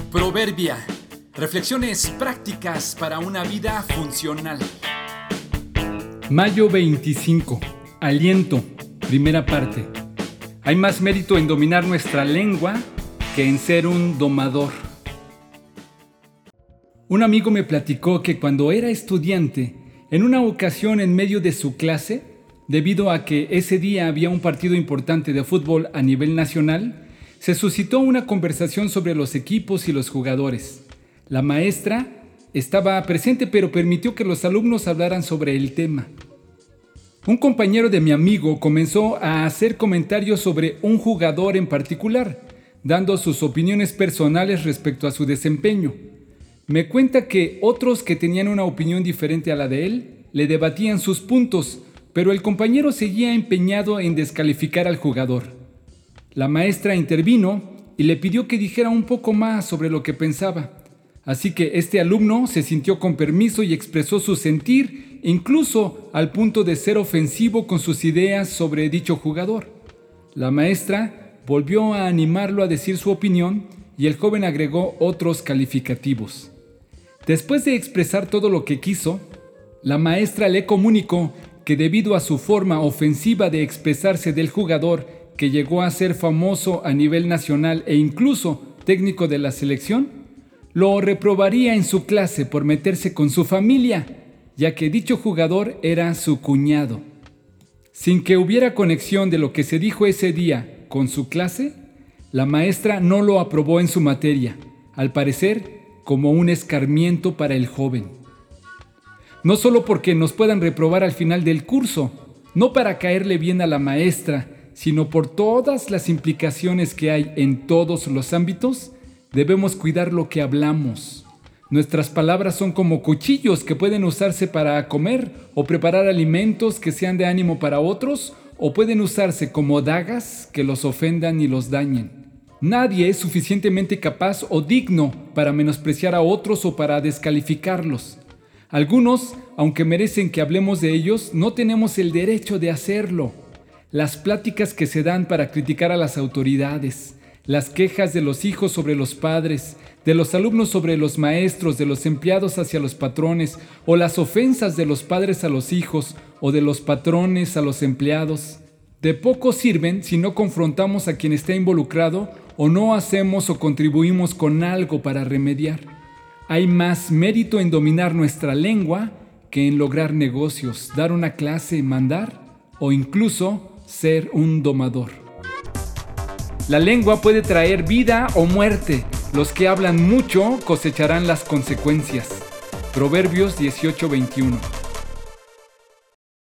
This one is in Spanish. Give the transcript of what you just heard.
Proverbia. Reflexiones prácticas para una vida funcional. Mayo 25. Aliento. Primera parte. Hay más mérito en dominar nuestra lengua que en ser un domador. Un amigo me platicó que cuando era estudiante, en una ocasión en medio de su clase, debido a que ese día había un partido importante de fútbol a nivel nacional, se suscitó una conversación sobre los equipos y los jugadores. La maestra estaba presente, pero permitió que los alumnos hablaran sobre el tema. Un compañero de mi amigo comenzó a hacer comentarios sobre un jugador en particular, dando sus opiniones personales respecto a su desempeño. Me cuenta que otros que tenían una opinión diferente a la de él, le debatían sus puntos, pero el compañero seguía empeñado en descalificar al jugador. La maestra intervino y le pidió que dijera un poco más sobre lo que pensaba. Así que este alumno se sintió con permiso y expresó su sentir, incluso al punto de ser ofensivo con sus ideas sobre dicho jugador. La maestra volvió a animarlo a decir su opinión y el joven agregó otros calificativos. Después de expresar todo lo que quiso, la maestra le comunicó que debido a su forma ofensiva de expresarse del jugador, que llegó a ser famoso a nivel nacional e incluso técnico de la selección, lo reprobaría en su clase por meterse con su familia, ya que dicho jugador era su cuñado. Sin que hubiera conexión de lo que se dijo ese día con su clase, la maestra no lo aprobó en su materia, al parecer como un escarmiento para el joven. No solo porque nos puedan reprobar al final del curso, no para caerle bien a la maestra, sino por todas las implicaciones que hay en todos los ámbitos, debemos cuidar lo que hablamos. Nuestras palabras son como cuchillos que pueden usarse para comer o preparar alimentos que sean de ánimo para otros, o pueden usarse como dagas que los ofendan y los dañen. Nadie es suficientemente capaz o digno para menospreciar a otros o para descalificarlos. Algunos, aunque merecen que hablemos de ellos, no tenemos el derecho de hacerlo. Las pláticas que se dan para criticar a las autoridades, las quejas de los hijos sobre los padres, de los alumnos sobre los maestros, de los empleados hacia los patrones, o las ofensas de los padres a los hijos o de los patrones a los empleados, de poco sirven si no confrontamos a quien está involucrado o no hacemos o contribuimos con algo para remediar. Hay más mérito en dominar nuestra lengua que en lograr negocios, dar una clase, mandar o incluso ser un domador. La lengua puede traer vida o muerte. Los que hablan mucho cosecharán las consecuencias. Proverbios 18:21.